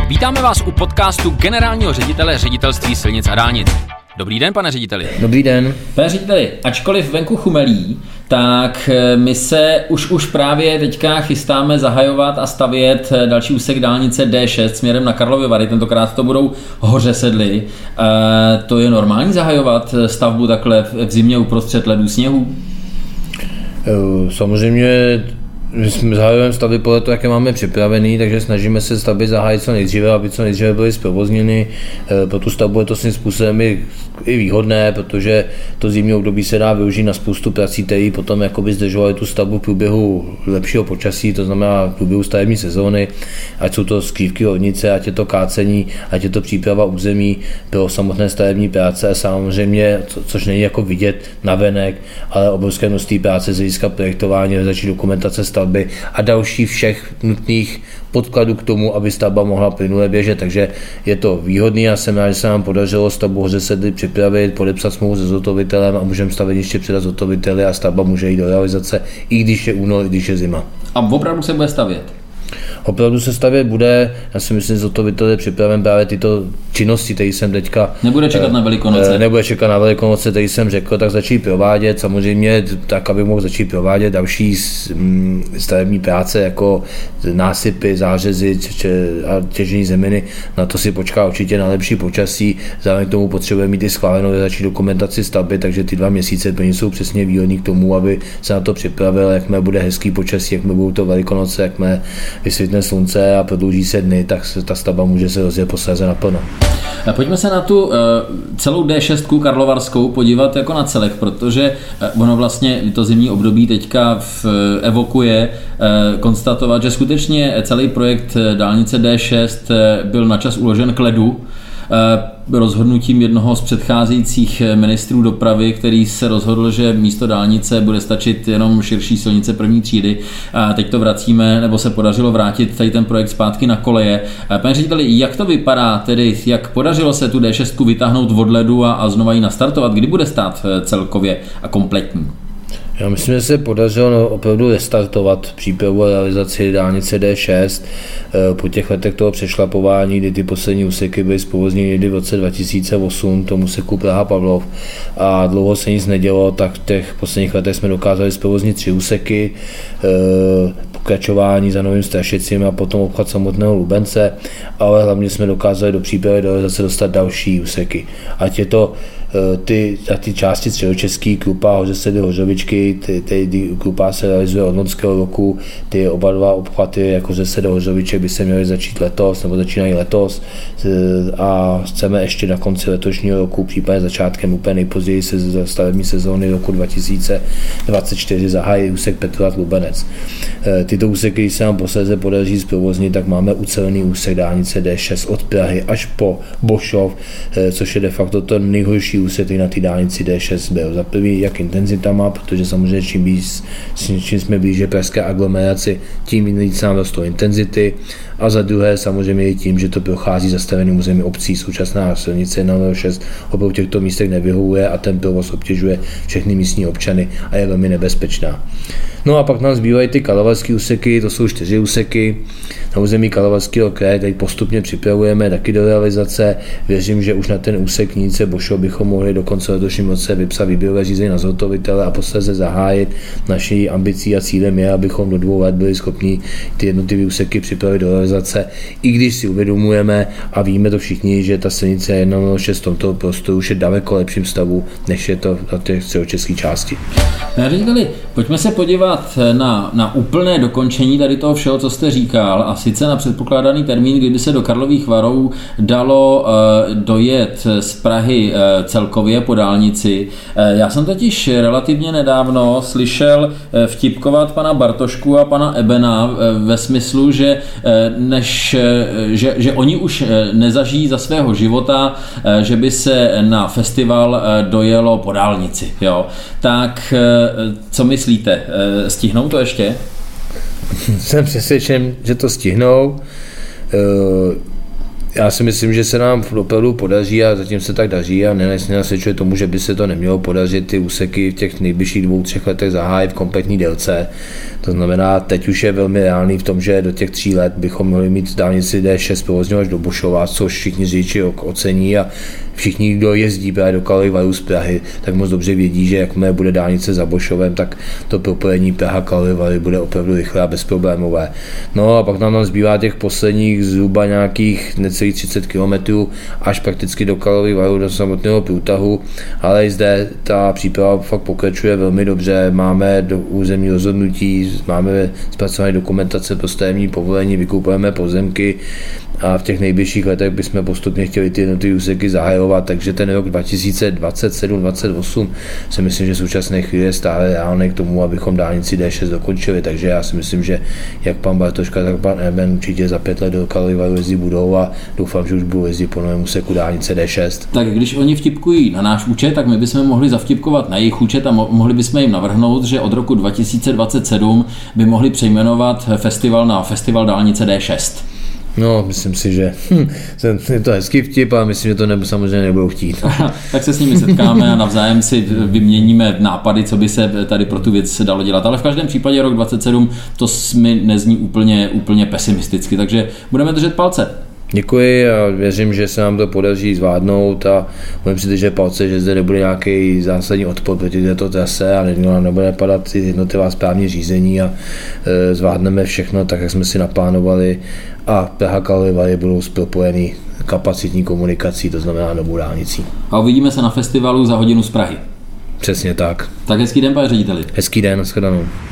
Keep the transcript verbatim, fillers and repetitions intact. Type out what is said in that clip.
Vítáme vás u podcastu generálního ředitele Ředitelství silnic a dálnic. Dobrý den, pane řediteli. Dobrý den. Pane řediteli, ačkoliv venku chumelí, tak my se už, už právě teďka chystáme zahajovat a stavět další úsek dálnice D šest směrem na Karlovy Vary. Tentokrát to budou Hořesedly. E, to je normální zahajovat stavbu takhle v zimě uprostřed ledu sněhu? Samozřejmě my jsme zahajujeme stavby podle toho, jaké máme připravený, takže snažíme se stavby zahájit co nejdříve, aby co nejdříve byly zprovozněny. Pro tu stavbu je to svým způsobem i, i výhodné, protože to zimní období se dá využít na spoustu prací, které potom jakoby zdržovaly tu stavbu v průběhu lepšího počasí, to znamená v průběhu stavební sezóny, ať jsou to skrývky hornice, ať je to kácení, ať je to příprava území pro samotné stavební práce, samozřejmě, co, což není jako vidět navenek, ale obrovské množství práce z hlediska projektování, realizační dokumentace stavby a další všech nutných podkladů k tomu, aby stavba mohla plynule běžet, takže je to výhodný a jsem rád, že se nám podařilo stavbu Hořesedly připravit, podepsat smlouvu se zhotovitelem a můžeme staveniště předat zhotoviteli a stavba může jít do realizace, i když je únor, i když je zima. A opravdu se bude stavět? Opravdu se stavět bude, já si myslím, že zhotovitel je připraven právě tyto činnosti, které jsem teďka... Nebude čekat na Velikonoce. Nebude čekat na Velikonoce, které jsem řekl, tak začít provádět, samozřejmě tak, aby mohl začít provádět další stavební práce, jako násypy, zářezy a těžení zeminy. Na to si počká určitě na lepší počasí, zároveň k tomu potřebuje mít i schválenou realizační dokumentaci stavby, takže ty dva měsíce pro ně jsou přesně výhodný k tomu, aby se na to připravil, jakmile bude hezký počasí, jakmile budou to Velikonoce, jakmile vysvětne slunce a prodlouží se dny, tak ta stavba může se rozjet posléze naplno. Pojďme se na tu uh, celou D šest karlovarskou podívat jako na celek, protože uh, ono vlastně to zimní období teďka v, uh, evokuje uh, konstatovat, že skutečně celý projekt dálnice D šest uh, byl načas uložen k ledu. Rozhodnutím jednoho z předcházejících ministrů dopravy, který se rozhodl, že místo dálnice bude stačit jenom širší silnice první třídy. A teď to vracíme, nebo se podařilo vrátit tady ten projekt zpátky na koleje. Pane řediteli, jak to vypadá, tedy jak podařilo se tu D šest vytáhnout od ledu a, a znova ji nastartovat? Kdy bude stát celkově a kompletní? Já myslím, že se podařilo no, opravdu restartovat přípravu a realizaci dálnice D šest po těch letech toho přešlapování, kdy ty poslední úseky byly zprovozněny někdy v roce dva tisíce osm, tomu úseku Praha-Pavlov a dlouho se nic nedělo, tak v těch posledních letech jsme dokázali zprovoznit tři úseky, pokračování za Novým Strašicím a potom obchvat samotného Lubence, ale hlavně jsme dokázali do přípravy do realizace dostat další úseky. Ať je to ty, ty části středočeský, Krupa, Hořesedly, Hořovičky, ty, ty Krupa se realizuje od loňského roku, ty oba dva obchvaty jako Hořesedly, Hořoviček by se měly začít letos, nebo začínají letos a chceme ještě na konci letošního roku, případně začátkem úplně nejpozději se stavební sezóny roku dva tisíce dvacet čtyři zahájí úsek Petrohrad Lubenec. Tyto úseky, když se nám posledně podaří zprovoznit, tak máme ucelený úsek dálnice D šest od Prahy až po Bošov, což je de facto to nejhorší úsek na té dálnici D šest byl. Za prvý, jak intenzita má, protože samozřejmě čím, blíž, čím jsme blíže pražské aglomeraci, tím víc nám rostou intenzity. A za druhé samozřejmě i tím, že to prochází zastaveným území obcí. Současná silnice jedna nula šest opravdu v těchto místech nevyhovuje a ten provoz obtěžuje všechny místní občany a je velmi nebezpečná. No a pak nám zbývají ty karlovarské úseky, to jsou čtyři úseky na území Karlovarského kraje, tady postupně připravujeme taky do realizace. Věřím, že už na ten úsek Nínice Bošov bychom mohli do konce letošního roce vypsat výběrové řízení na zhotovitele a posléze zahájit. Naší ambicí a cílem je, abychom do dvou let byli schopni ty jednotlivé úseky připravit do realizace, i když si uvědomujeme a víme to všichni, že ta silnice jedna nula šest v tomto prostoru už je daleko lepším stavu, než je to na těch středočeské části. Řediteli, pojďme se podívat na, na úplné dokončení tady toho všeho, co jste říkal, a sice na předpokládaný termín, kdyby se do Karlových Varů dalo uh, dojet z Prahy uh, celkově po dálnici. Uh, já jsem totiž relativně nedávno slyšel uh, vtipkovat pana Bartošku a pana Ebena uh, ve smyslu, že, uh, než, uh, že, že oni už uh, nezažijí za svého života, uh, že by se na festival uh, dojelo po dálnici. Jo. Tak uh, co myslíte? Uh, stihnou to ještě? Jsem přesvědčen, že to stihnou. Já si myslím, že se nám opravdu podaří a zatím se tak daří a nenasvědčuje tomu, že by se to nemělo podařit ty úseky v těch nejbližších dvou, třech letech zahájit v kompletní délce. To znamená, teď už je velmi reálný v tom, že do těch tří let bychom mohli mít dálnici D šest provozňovat až do Bošova, což všichni řidiči ocení a všichni, kdo jezdí právě do Karlových Varů z Prahy, tak moc dobře vědí, že jakmile bude dálnice za Bošovem, tak to propojení Praha-Karlovy Vary bude opravdu rychlé a bezproblémové. No a pak nám tam zbývá těch posledních zhruba nějakých necelých třicet kilometrů až prakticky do Karlových Varů, do samotného průtahu, ale i zde ta příprava fakt pokračuje velmi dobře, máme do území rozhodnutí, máme zpracované dokumentace pro stavební povolení, vykupujeme pozemky a v těch nejbližších letech bychom postupně chtěli ty jednotlivé úseky zahajovat, takže ten rok dva tisíce dvacet sedm dvacet osm si myslím, že v současné chvíli je stále reálný k tomu, abychom dálnici D šest dokončili, takže já si myslím, že jak pan Bartoška, tak pan Eben určitě za pět let do Karlových Varů jezdí budou a doufám, že už budou jezdit po novém úseku dálnice D šest. Tak když oni vtipkují na náš účet, tak my bychom mohli zavtipkovat na jejich účet a mo- mohli bychom jim navrhnout, že od roku dva tisíce dvacet sedm by mohli přejmenovat festival na festival dálnice D šest. No, myslím si, že hm, je to hezký vtip, ale myslím, že to nebo, samozřejmě nebudou chtít. Tak se s nimi setkáme a navzájem si vyměníme nápady, co by se tady pro tu věc dalo dělat. Ale v každém případě rok dvacet sedm to mi nezní úplně, úplně pesimisticky, takže budeme držet palce. Děkuji a věřím, že se nám to podaří zvládnout a budeme si držet palce, že zde nebude nějaký zásadní odpor proti této trase a nebude padat jednotlivá správní řízení a e, zvládneme všechno tak, jak jsme si naplánovali a Praha-Karlovy Vary budou propojený kapacitní komunikací, to znamená novou dálnicí. A uvidíme se na festivalu za hodinu z Prahy. Přesně tak. Tak hezký den, pane řediteli. Hezký den, nashledanou.